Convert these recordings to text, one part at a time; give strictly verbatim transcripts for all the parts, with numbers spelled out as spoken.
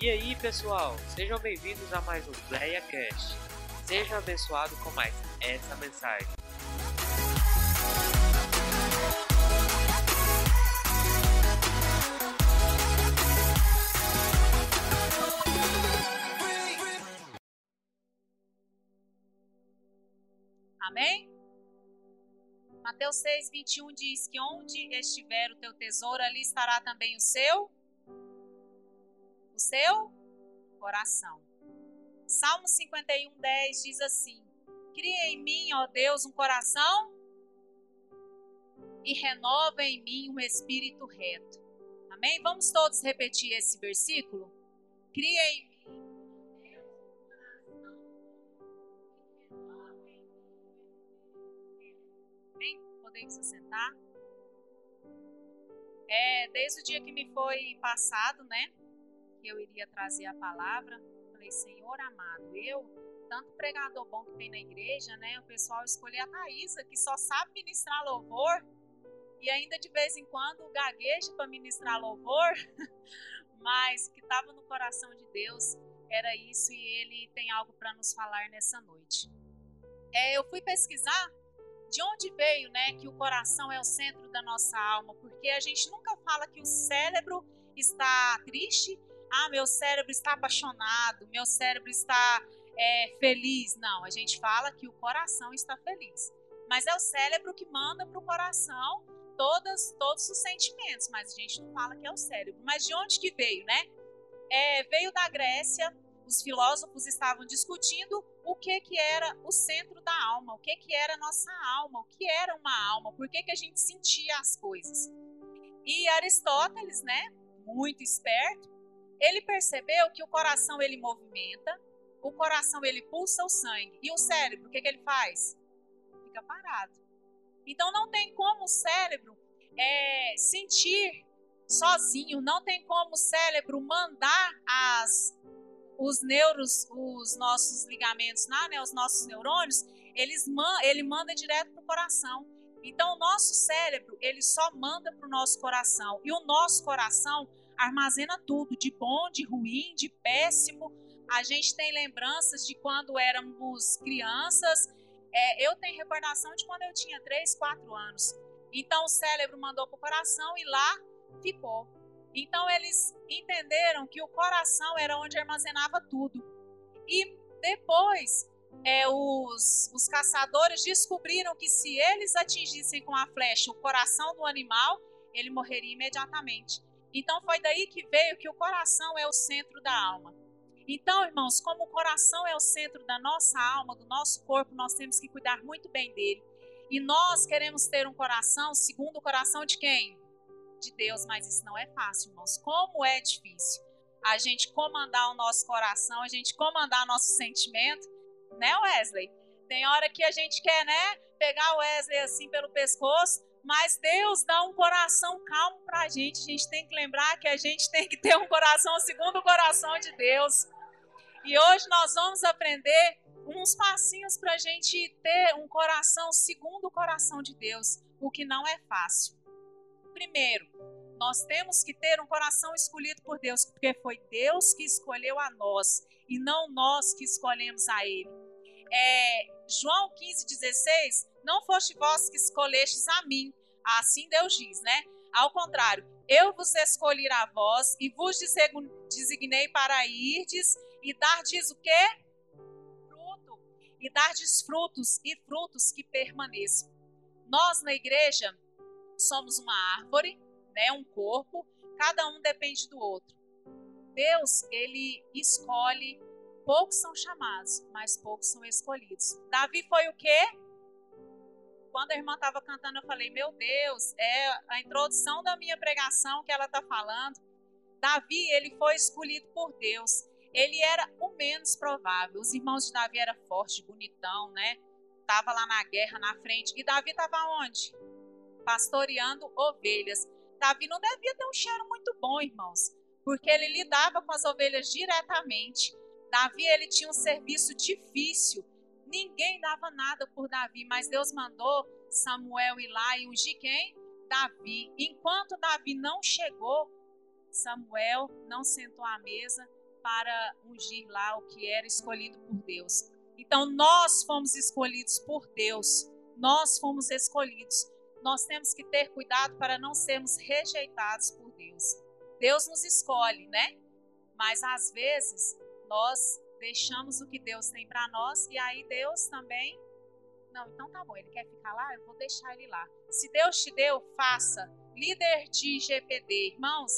E aí, pessoal, sejam bem-vindos a mais um BleaCast. Seja abençoado com mais essa mensagem. Amém? Mateus seis, vinte e um diz que onde estiver o teu tesouro, ali estará também o seu, o seu coração. Salmo cinquenta e um, dez diz assim: cria em mim, ó Deus, um coração e renova em mim um espírito reto. Amém? Vamos todos repetir esse versículo? Cria em mim. Podem se sentar. É, desde o dia que me foi passado, né, que eu iria trazer a palavra, falei, Senhor amado, eu, tanto pregador bom que tem na igreja, né, o pessoal escolheu a Thaísa, que só sabe ministrar louvor, e ainda de vez em quando gagueja para ministrar louvor, mas o que estava no coração de Deus era isso, e Ele tem algo para nos falar nessa noite. É, eu fui pesquisar de onde veio, né, que o coração é o centro da nossa alma, porque a gente nunca fala que o cérebro está triste, ah, meu cérebro está apaixonado, meu cérebro está é, feliz. Não, a gente fala que o coração está feliz, mas é o cérebro que manda para o coração todas, todos os sentimentos, mas a gente não fala que é o cérebro. Mas de onde que veio, né? É, veio da Grécia. Os filósofos estavam discutindo o que, que era o centro da alma, o que, que era a nossa alma, o que era uma alma, por que, que a gente sentia as coisas. E Aristóteles, né, muito esperto, ele percebeu que o coração ele movimenta, o coração ele pulsa o sangue, e o cérebro, o que, que ele faz? Fica parado. Então não tem como o cérebro é, sentir sozinho, não tem como o cérebro mandar as... os neuros, os nossos ligamentos, né, os nossos neurônios, eles, ele manda direto para o coração. Então, o nosso cérebro, ele só manda para o nosso coração. E o nosso coração armazena tudo, de bom, de ruim, de péssimo. A gente tem lembranças de quando éramos crianças. É, eu tenho recordação de quando eu tinha três, quatro anos. Então, o cérebro mandou para o coração e lá ficou. Então, eles entenderam que o coração era onde armazenava tudo. E depois, é, os, os caçadores descobriram que se eles atingissem com a flecha o coração do animal, ele morreria imediatamente. Então, foi daí que veio que o coração é o centro da alma. Então, irmãos, como o coração é o centro da nossa alma, do nosso corpo, nós temos que cuidar muito bem dele. E nós queremos ter um coração segundo o coração de quem? De Deus, mas isso não é fácil, irmãos. Como é difícil a gente comandar o nosso coração, a gente comandar nosso sentimento, né, Wesley? Tem hora que a gente quer, né, pegar o Wesley assim pelo pescoço, mas Deus dá um coração calmo pra gente. A gente tem que lembrar que a gente tem que ter um coração segundo o coração de Deus. E hoje nós vamos aprender uns passinhos pra gente ter um coração segundo o coração de Deus, o que não é fácil. Primeiro, nós temos que ter um coração escolhido por Deus, porque foi Deus que escolheu a nós e não nós que escolhemos a Ele. É, João quinze, dezesseis, não foste vós que escolhestes a mim, assim Deus diz, né? Ao contrário, eu vos escolhi a vós e vos designei para irdes e dardes o quê? Fruto. E dardes frutos e frutos que permaneçam. Nós na igreja somos uma árvore, né, um corpo, cada um depende do outro. Deus, ele escolhe, poucos são chamados, mas poucos são escolhidos. Davi foi o quê? Quando a irmã estava cantando, eu falei, meu Deus, é a introdução da minha pregação que ela está falando. Davi, ele foi escolhido por Deus. Ele era o menos provável. Os irmãos de Davi eram fortes, bonitão, né? Estava lá na guerra, na frente. E Davi estava onde? Pastoreando ovelhas. Davi não devia ter um cheiro muito bom, irmãos, porque ele lidava com as ovelhas diretamente. Davi, ele tinha um serviço difícil. Ninguém dava nada por Davi, mas Deus mandou Samuel ir lá e ungir quem? Davi. Enquanto Davi não chegou, Samuel não sentou à mesa para ungir lá o que era escolhido por Deus. Então nós fomos escolhidos por Deus, nós fomos escolhidos. Nós temos que ter cuidado para não sermos rejeitados por Deus. Deus nos escolhe, né? Mas às vezes nós deixamos o que Deus tem para nós e aí Deus também, não, então tá bom, ele quer ficar lá, eu vou deixar ele lá. Se Deus te deu, faça. Líder de G P D, irmãos,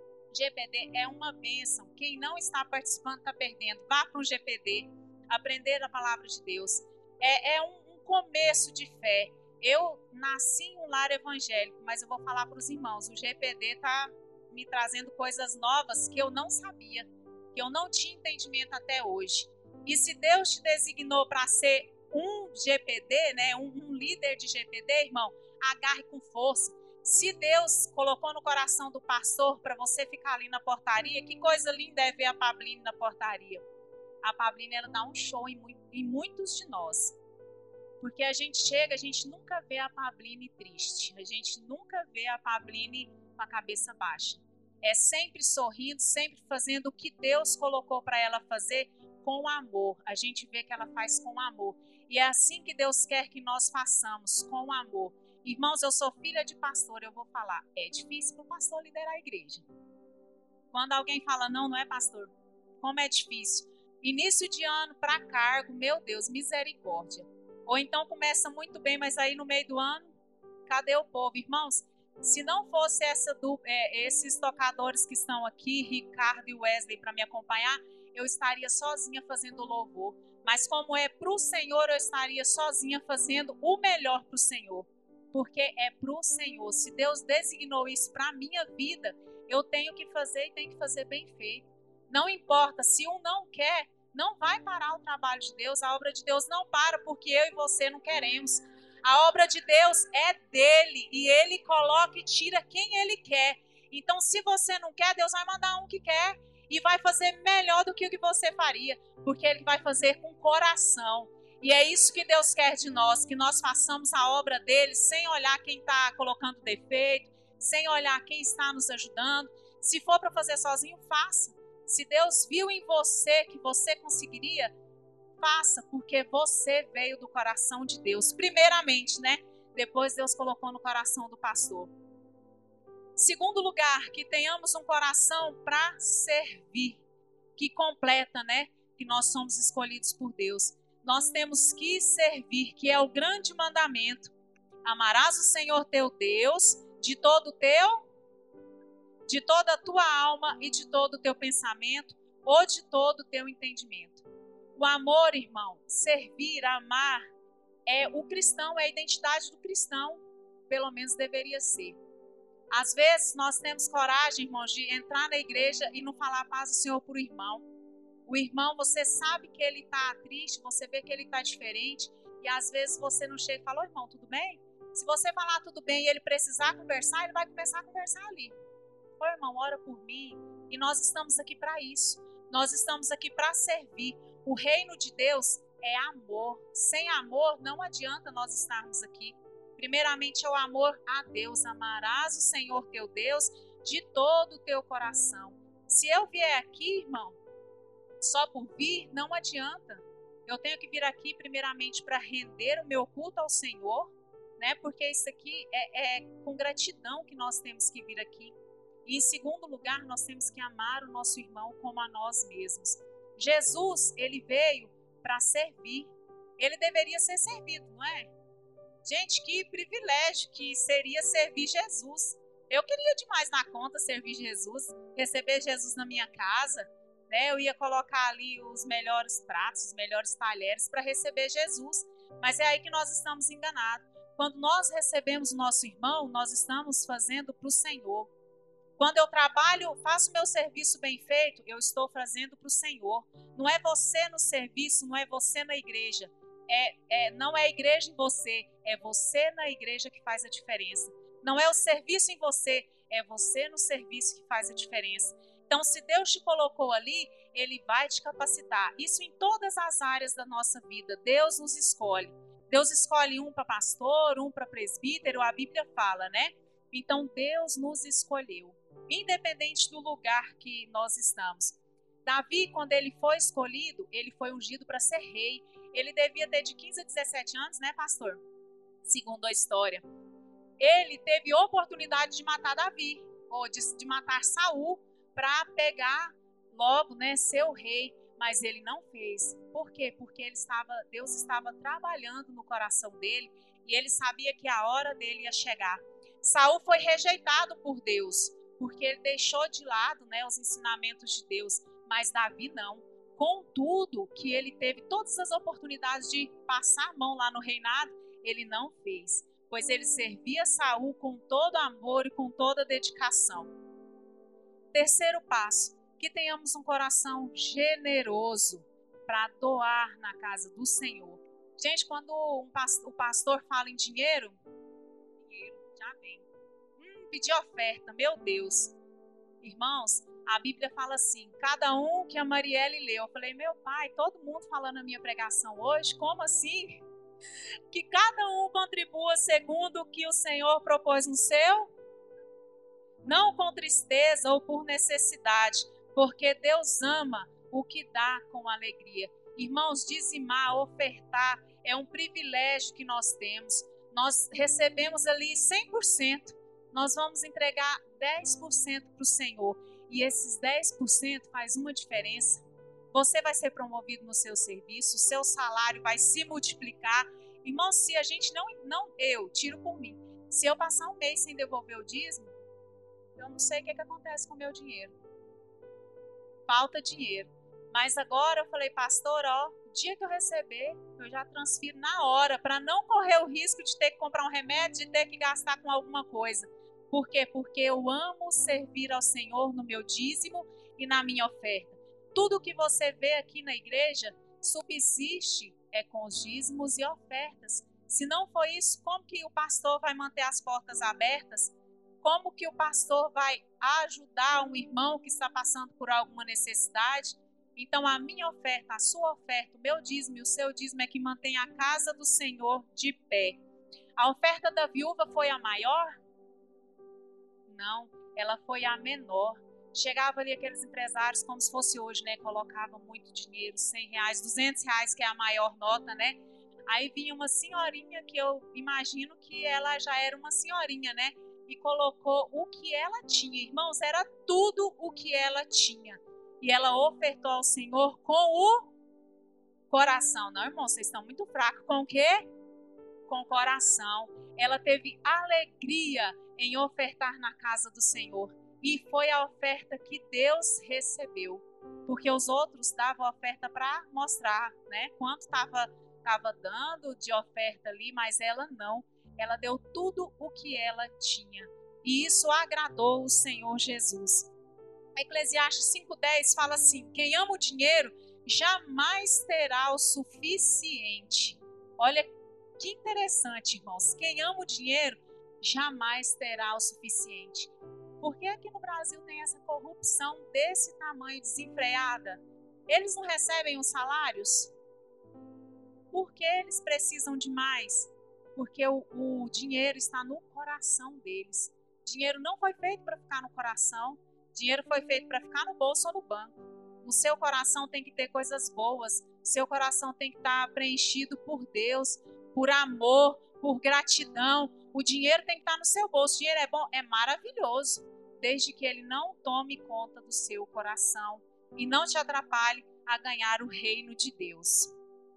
G P D é uma bênção. Quem não está participando está perdendo. Vá para um G P D, aprender a palavra de Deus. É, é um, um começo de fé. Eu nasci em um lar evangélico, mas eu vou falar para os irmãos, o G P D está me trazendo coisas novas que eu não sabia, que eu não tinha entendimento até hoje. E se Deus te designou para ser um G P D, né, um, um líder de G P D, irmão, agarre com força. Se Deus colocou no coração do pastor para você ficar ali na portaria, que coisa linda é ver a Pabline na portaria. A Pabline, ela dá um show em, muito, em muitos de nós. Porque a gente chega, a gente nunca vê a Pabline triste. A gente nunca vê a Pabline com a cabeça baixa. É sempre sorrindo, sempre fazendo o que Deus colocou para ela fazer com amor. A gente vê que ela faz com amor. E é assim que Deus quer que nós façamos, com amor. Irmãos, eu sou filha de pastor, eu vou falar, é difícil para o pastor liderar a igreja. Quando alguém fala, não, não é pastor, como é difícil. Início de ano para cargo, meu Deus, misericórdia. Ou então começa muito bem, mas aí no meio do ano, cadê o povo? Irmãos, se não fosse essa, é, esses tocadores que estão aqui, Ricardo e Wesley, para me acompanhar, eu estaria sozinha fazendo louvor. Mas como é para o Senhor, eu estaria sozinha fazendo o melhor para o Senhor. Porque é para o Senhor. Se Deus designou isso para a minha vida, eu tenho que fazer e tenho que fazer bem feito. Não importa, se um não quer, não vai parar o trabalho de Deus. A obra de Deus não para porque eu e você não queremos. A obra de Deus é dele e ele coloca e tira quem ele quer. Então, se você não quer, Deus vai mandar um que quer e vai fazer melhor do que o que você faria, porque ele vai fazer com coração. E é isso que Deus quer de nós, que nós façamos a obra dele sem olhar quem está colocando defeito, sem olhar quem está nos ajudando. Se for para fazer sozinho, faça. Se Deus viu em você que você conseguiria, faça, porque você veio do coração de Deus. Primeiramente, né? Depois Deus colocou no coração do pastor. Segundo lugar, que tenhamos um coração para servir, que completa, né? Que nós somos escolhidos por Deus. Nós temos que servir, que é o grande mandamento. Amarás o Senhor teu Deus de todo o teu, de toda a tua alma e de todo o teu pensamento ou de todo o teu entendimento. O amor, irmão, servir, amar, é o cristão, é a identidade do cristão, pelo menos deveria ser. Às vezes nós temos coragem, irmãos, de entrar na igreja e não falar a paz do Senhor para o irmão. O irmão, você sabe que ele está triste, você vê que ele está diferente, e às vezes você não chega e fala, ô irmão, tudo bem? Se você falar tudo bem e ele precisar conversar, ele vai começar a conversar ali. Ô irmão, ora por mim. E nós estamos aqui para isso. Nós estamos aqui para servir. O reino de Deus é amor. Sem amor, não adianta nós estarmos aqui. Primeiramente é o amor a Deus. Amarás o Senhor teu Deus de todo o teu coração. Se eu vier aqui, irmão, só por vir, não adianta. Eu tenho que vir aqui primeiramente para render o meu culto ao Senhor, né? Porque isso aqui é, é com gratidão que nós temos que vir aqui. E em segundo lugar, nós temos que amar o nosso irmão como a nós mesmos. Jesus, ele veio para servir. Ele deveria ser servido, não é? Gente, que privilégio que seria servir Jesus. Eu queria demais na conta servir Jesus, receber Jesus na minha casa. Eu ia colocar ali os melhores pratos, os melhores talheres para receber Jesus. Mas é aí que nós estamos enganados. Quando nós recebemos o nosso irmão, nós estamos fazendo para o Senhor. Quando eu trabalho, faço meu serviço bem feito, eu estou fazendo para o Senhor. Não é você no serviço, não é você na igreja. É, é, não é a igreja em você, é você na igreja que faz a diferença. Não é o serviço em você, é você no serviço que faz a diferença. Então, se Deus te colocou ali, Ele vai te capacitar. Isso em todas as áreas da nossa vida. Deus nos escolhe. Deus escolhe um para pastor, um para presbítero, a Bíblia fala, né? Então, Deus nos escolheu, independente do lugar que nós estamos. Davi, quando ele foi escolhido, ele foi ungido para ser rei. Ele devia ter de quinze a dezessete anos, né, pastor? Segundo a história. Ele teve oportunidade de matar Davi, ou de, de matar Saul, para pegar logo, né, ser o rei. Mas ele não fez. Por quê? Porque ele estava, Deus estava trabalhando no coração dele e ele sabia que a hora dele ia chegar. Saul foi rejeitado por Deus, porque ele deixou de lado, né, os ensinamentos de Deus. Mas Davi não. Contudo, que ele teve todas as oportunidades de passar a mão lá no reinado, ele não fez. Pois ele servia Saul com todo amor e com toda dedicação. Terceiro passo, que tenhamos um coração generoso para doar na casa do Senhor. Gente, quando um pastor, o pastor fala em dinheiro, dinheiro já vem. Hum, pedir oferta, meu Deus. Irmãos, a Bíblia fala assim, cada um que a Marielle leu. Eu falei, meu pai, todo mundo falando na minha pregação hoje, como assim? Que cada um contribua segundo o que o Senhor propôs no seu? Não com tristeza ou por necessidade, porque Deus ama o que dá com alegria. Irmãos, dizimar, ofertar é um privilégio que nós temos. Nós recebemos ali cem por cento. Nós vamos entregar dez por cento para o Senhor. E esses dez por cento faz uma diferença. Você vai ser promovido no seu serviço, o seu salário vai se multiplicar. Irmãos, se a gente não, não eu, tiro por mim, se eu passar um mês sem devolver o dízimo, eu não sei o que, que acontece com o meu dinheiro. Falta dinheiro. Mas agora eu falei, pastor, ó, o dia que eu receber, eu já transfiro na hora, para não correr o risco de ter que comprar um remédio, de ter que gastar com alguma coisa. Por quê? Porque eu amo servir ao Senhor no meu dízimo e na minha oferta. Tudo que você vê aqui na igreja subsiste é com os dízimos e ofertas. Se não for isso, como que o pastor vai manter as portas abertas? Como que o pastor vai ajudar um irmão que está passando por alguma necessidade? Então, a minha oferta, a sua oferta, o meu dízimo e o seu dízimo é que mantém a casa do Senhor de pé. A oferta da viúva foi a maior? Não, ela foi a menor. Chegava ali aqueles empresários, como se fosse hoje, né? Colocavam muito dinheiro, cem reais, duzentos reais, que é a maior nota, né? Aí vinha uma senhorinha, que eu imagino que ela já era uma senhorinha, né? E colocou o que ela tinha. Irmãos, era tudo o que ela tinha. E ela ofertou ao Senhor com o coração. Não, irmãos, vocês estão muito fracos. Com o quê? Com o coração. Ela teve alegria em ofertar na casa do Senhor. E foi a oferta que Deus recebeu. Porque os outros davam oferta para mostrar, né? Quanto estava estava dando de oferta ali, mas ela não. Ela deu tudo o que ela tinha. E isso agradou o Senhor Jesus. Eclesiastes cinco dez fala assim, quem ama o dinheiro jamais terá o suficiente. Olha que interessante, irmãos. Quem ama o dinheiro jamais terá o suficiente. Por que aqui no Brasil tem essa corrupção desse tamanho desenfreada? Eles não recebem os salários? Por que eles precisam de mais? Porque o, o dinheiro está no coração deles. Dinheiro não foi feito para ficar no coração. Dinheiro foi feito para ficar no bolso ou no banco. O seu coração tem que ter coisas boas. O seu coração tem que estar preenchido por Deus, por amor, por gratidão. O dinheiro tem que estar no seu bolso. O dinheiro é bom? É maravilhoso. Desde que ele não tome conta do seu coração e não te atrapalhe a ganhar o reino de Deus.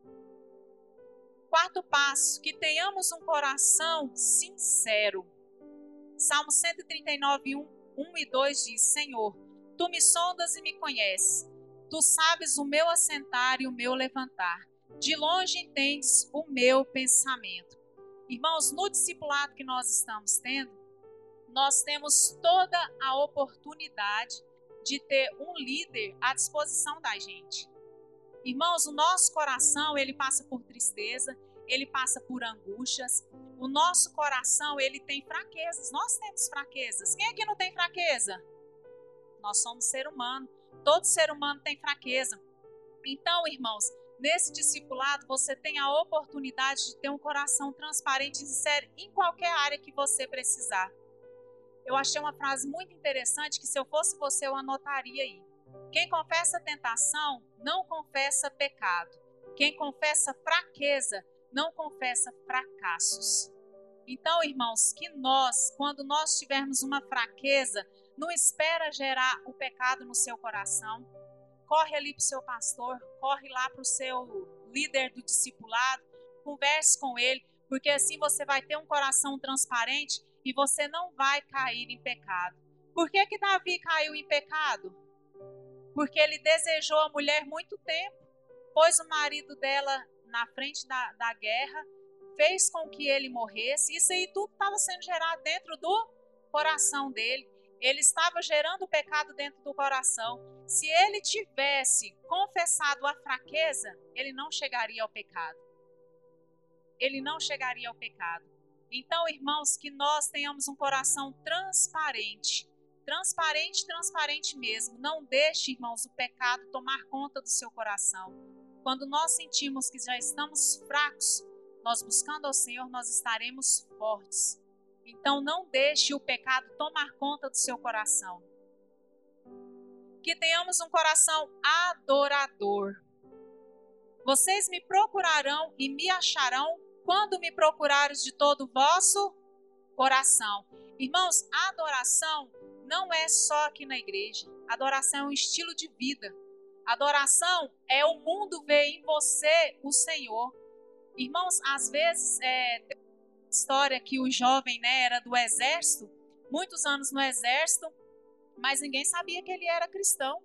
Quarto passo, que tenhamos um coração sincero. Salmo cento e trinta e nove, um, um e dois diz, Senhor, Tu me sondas e me conheces. Tu sabes o meu assentar e o meu levantar. De longe entendes o meu pensamento. Irmãos, no discipulado que nós estamos tendo, nós temos toda a oportunidade de ter um líder à disposição da gente. Irmãos, o nosso coração, ele passa por tristeza, ele passa por angústias. O nosso coração, ele tem fraquezas. Nós temos fraquezas. Quem aqui não tem fraqueza? Nós somos ser humano. Todo ser humano tem fraqueza. Então, irmãos, nesse discipulado, você tem a oportunidade de ter um coração transparente e sincero em qualquer área que você precisar. Eu achei uma frase muito interessante que, se eu fosse você, eu anotaria aí. Quem confessa tentação não confessa pecado. Quem confessa fraqueza não confessa fracassos. Então, irmãos, que nós, quando nós tivermos uma fraqueza, não espera gerar o pecado no seu coração. Corre ali para o seu pastor, corre lá para o seu líder do discipulado, converse com ele, porque assim você vai ter um coração transparente e você não vai cair em pecado. Por que que Davi caiu em pecado? Porque ele desejou a mulher muito tempo, pôs o marido dela na frente da, da guerra, fez com que ele morresse. Isso aí tudo estava sendo gerado dentro do coração dele. Ele estava gerando o pecado dentro do coração. Se ele tivesse confessado a fraqueza, ele não chegaria ao pecado. Ele não chegaria ao pecado. Então, irmãos, que nós tenhamos um coração transparente. Transparente, transparente mesmo. Não deixe, irmãos, o pecado tomar conta do seu coração. Quando nós sentimos que já estamos fracos, nós buscando ao Senhor, nós estaremos fortes. Então, não deixe o pecado tomar conta do seu coração. Que tenhamos um coração adorador. Vocês me procurarão e me acharão quando me procurares de todo o vosso coração. Irmãos, a adoração não é só aqui na igreja. Adoração é um estilo de vida. Adoração é o mundo ver em você o Senhor. Irmãos, às vezes, é, tem uma história que o jovem, né, era do exército, muitos anos no exército, mas ninguém sabia que ele era cristão.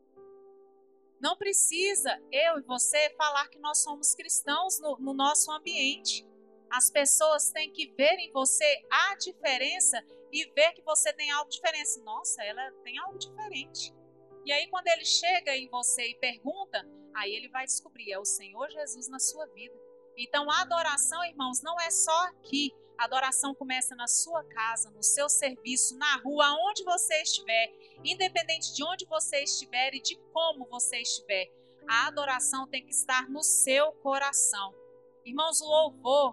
Não precisa eu e você falar que nós somos cristãos no, no nosso ambiente. As pessoas têm que ver em você a diferença e ver que você tem algo diferente. Nossa, ela tem algo diferente. E aí quando ele chega em você e pergunta, aí ele vai descobrir, é o Senhor Jesus na sua vida. Então a adoração, irmãos, não é só aqui. A adoração começa na sua casa, no seu serviço, na rua, onde você estiver. Independente de onde você estiver e de como você estiver. A adoração tem que estar no seu coração. Irmãos, o louvor,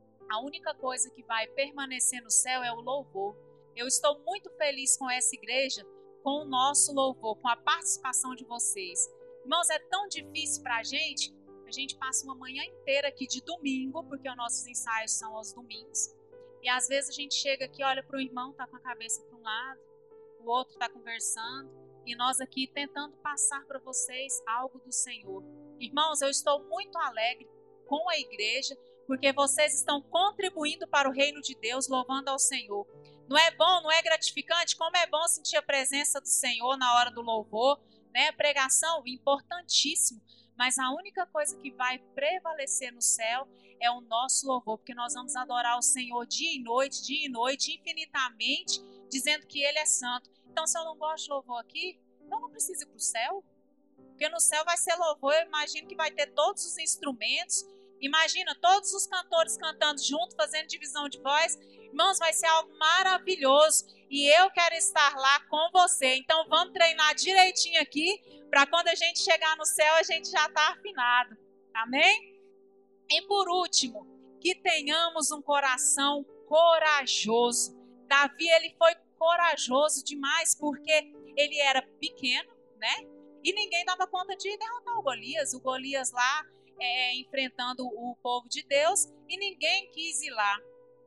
a única coisa que vai permanecer no céu é o louvor. Eu estou muito feliz com essa igreja, com o nosso louvor, com a participação de vocês. Irmãos, é tão difícil para a gente, a gente passa uma manhã inteira aqui de domingo, porque os nossos ensaios são aos domingos, e às vezes a gente chega aqui, olha para o irmão, está com a cabeça para um lado, o outro está conversando, e nós aqui tentando passar para vocês algo do Senhor. Irmãos, eu estou muito alegre com a igreja, porque vocês estão contribuindo para o reino de Deus, louvando ao Senhor. Não é bom, não é gratificante? Como é bom sentir a presença do Senhor na hora do louvor, né? Pregação, importantíssimo. Mas a única coisa que vai prevalecer no céu é o nosso louvor, porque nós vamos adorar o Senhor dia e noite, dia e noite, infinitamente, dizendo que Ele é santo. Então, se eu não gosto de louvor aqui, eu não preciso ir para o céu, porque no céu vai ser louvor, eu imagino que vai ter todos os instrumentos, imagina todos os cantores cantando junto, fazendo divisão de voz. Irmãos, vai ser algo maravilhoso e eu quero estar lá com você. Então vamos treinar direitinho aqui para quando a gente chegar no céu a gente já está afinado. Amém? E por último, que tenhamos um coração corajoso. Davi, ele foi corajoso demais porque ele era pequeno, né? E ninguém dava conta de derrotar o Golias. O Golias lá é, enfrentando o povo de Deus e ninguém quis ir lá.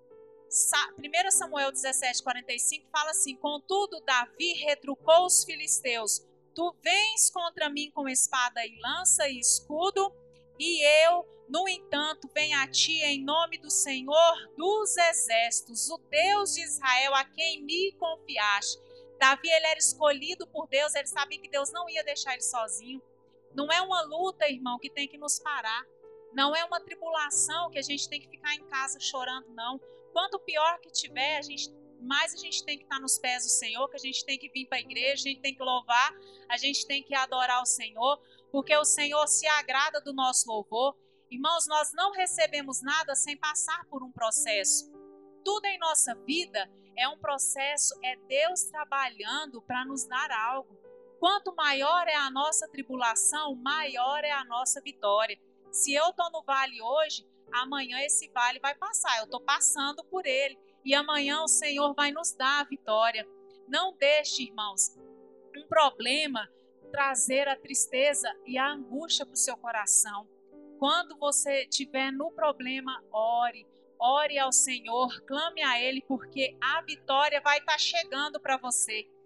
primeiro Samuel dezessete, quarenta e cinco fala assim: contudo, Davi retrucou os filisteus: tu vens contra mim com espada e lança e escudo, e eu, no entanto, venho a ti em nome do Senhor dos exércitos, o Deus de Israel, a quem me confiaste. Davi, ele era escolhido por Deus, ele sabia que Deus não ia deixar ele sozinho. Não é uma luta, irmão, que tem que nos parar. Não é uma tribulação que a gente tem que ficar em casa chorando, não. Quanto pior que tiver, a gente, mais a gente tem que estar nos pés do Senhor, que a gente tem que vir para a igreja, a gente tem que louvar, a gente tem que adorar o Senhor, porque o Senhor se agrada do nosso louvor. Irmãos, nós não recebemos nada sem passar por um processo. Tudo em nossa vida é um processo, é Deus trabalhando para nos dar algo. Quanto maior é a nossa tribulação, maior é a nossa vitória. Se eu estou no vale hoje, amanhã esse vale vai passar, eu estou passando por ele. E amanhã o Senhor vai nos dar a vitória. Não deixe, irmãos, um problema trazer a tristeza e a angústia para o seu coração. Quando você estiver no problema, ore. Ore ao Senhor, clame a Ele, porque a vitória vai estar chegando para você.